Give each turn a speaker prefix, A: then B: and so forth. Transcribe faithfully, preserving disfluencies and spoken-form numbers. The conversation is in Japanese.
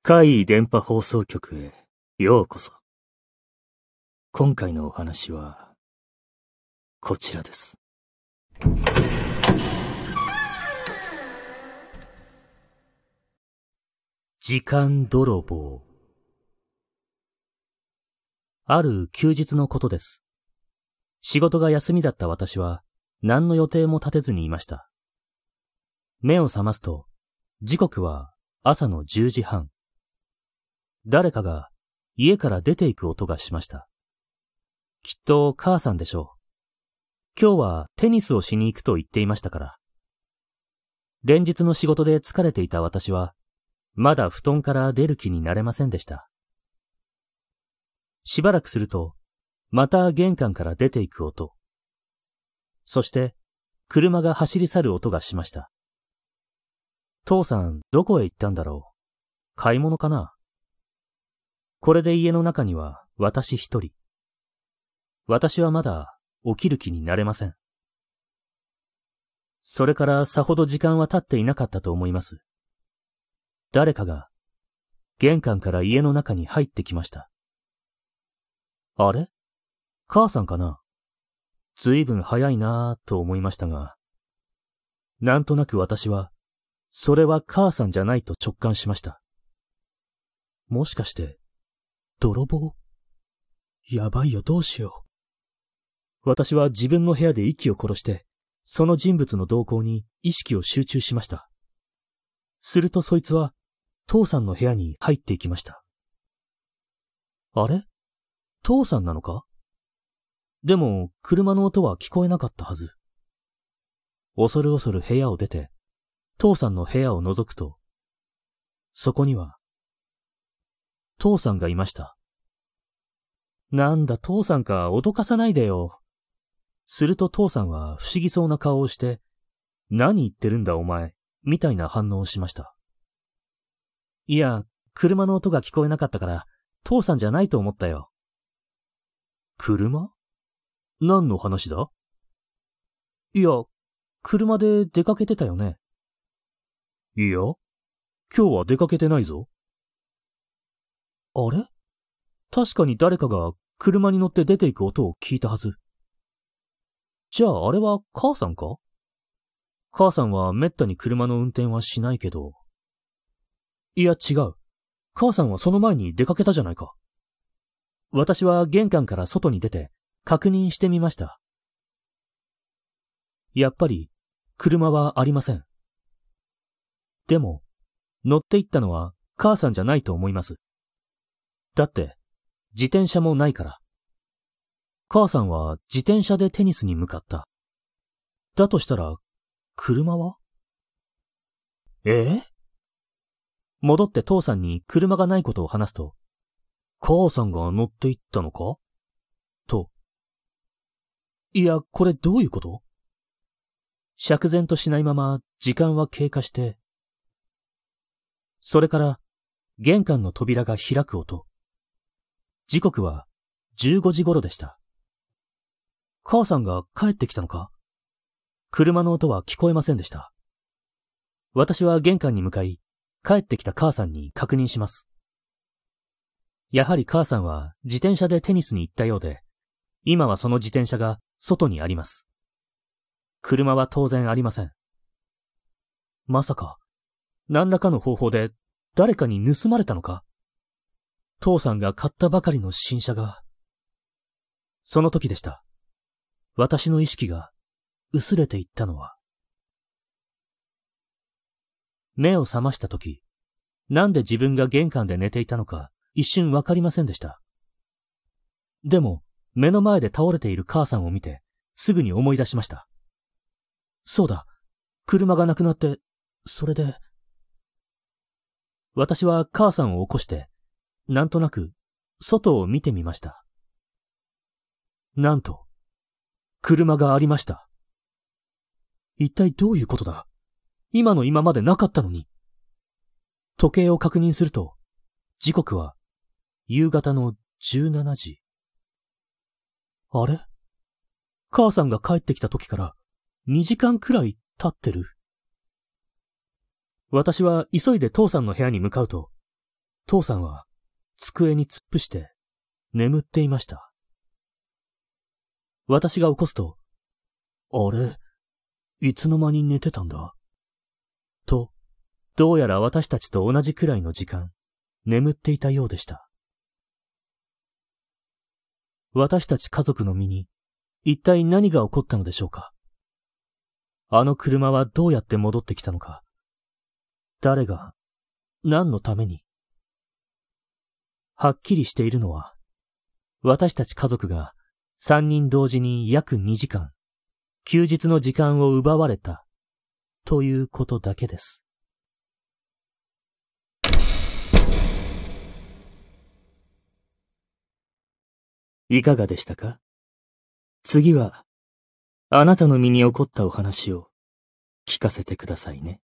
A: 怪異電波放送局へようこそ。今回のお話は、こちらです。時間泥棒。ある休日のことです。仕事が休みだった私は、何の予定も立てずにいました。目を覚ますと、時刻は朝のじゅうじはん。誰かが家から出て行く音がしました。きっと母さんでしょう。今日はテニスをしに行くと言っていましたから。連日の仕事で疲れていた私は、まだ布団から出る気になれませんでした。しばらくすると、また玄関から出て行く音。そして、車が走り去る音がしました。父さん、どこへ行ったんだろう。買い物かな。これで家の中には私一人。私はまだ起きる気になれません。それからさほど時間は経っていなかったと思います。誰かが玄関から家の中に入ってきました。あれ？母さんかな？ずいぶん早いなぁと思いましたが、なんとなく私は、それは母さんじゃないと直感しました。もしかして、泥棒？やばいよ、どうしよう。私は自分の部屋で息を殺して、その人物の動向に意識を集中しました。するとそいつは、父さんの部屋に入っていきました。あれ？父さんなのか？でも、車の音は聞こえなかったはず。恐る恐る部屋を出て、父さんの部屋を覗くと、そこには、父さんがいました。なんだ父さんか、脅かさないでよ。すると父さんは不思議そうな顔をして、何言ってるんだお前、みたいな反応をしました。いや、車の音が聞こえなかったから、父さんじゃないと思ったよ。車？何の話だ？いや、車で出かけてたよね。いや、今日は出かけてないぞ。あれ？確かに誰かが車に乗って出ていく音を聞いたはず。じゃああれは母さんか？母さんはめったに車の運転はしないけど。いや違う。母さんはその前に出かけたじゃないか。私は玄関から外に出て確認してみました。やっぱり車はありません。でも、乗って行ったのは母さんじゃないと思います。だって、自転車もないから。母さんは自転車でテニスに向かった。だとしたら、車は？ええ？戻って父さんに車がないことを話すと、母さんが乗って行ったのか？と。いや、これどういうこと？釈然としないまま時間は経過して、それから玄関の扉が開く音。時刻はじゅうごじ頃でした。母さんが帰ってきたのか？車の音は聞こえませんでした。私は玄関に向かい、帰ってきた母さんに確認します。やはり母さんは自転車でテニスに行ったようで、今はその自転車が外にあります。車は当然ありません。まさか、何らかの方法で誰かに盗まれたのか？父さんが買ったばかりの新車が。その時でした。私の意識が薄れていったのは。目を覚ました時、なんで自分が玄関で寝ていたのか一瞬わかりませんでした。でも、目の前で倒れている母さんを見て、すぐに思い出しました。そうだ、車がなくなって、それで。私は母さんを起こして、なんとなく、外を見てみました。なんと、車がありました。一体どういうことだ？今の今までなかったのに。時計を確認すると、時刻は、夕方のじゅうしちじ。あれ？母さんが帰ってきた時から、にじかんくらい経ってる。私は急いで父さんの部屋に向かうと、 父さんは机に突っ伏して眠っていました。私が起こすと、あれ、いつの間に寝てたんだと、どうやら私たちと同じくらいの時間、眠っていたようでした。私たち家族の身に、一体何が起こったのでしょうか。あの車はどうやって戻ってきたのか。誰が、何のために。はっきりしているのは、私たち家族が三人同時に約二時間、休日の時間を奪われた、ということだけです。いかがでしたか？次は、あなたの身に起こったお話を聞かせてくださいね。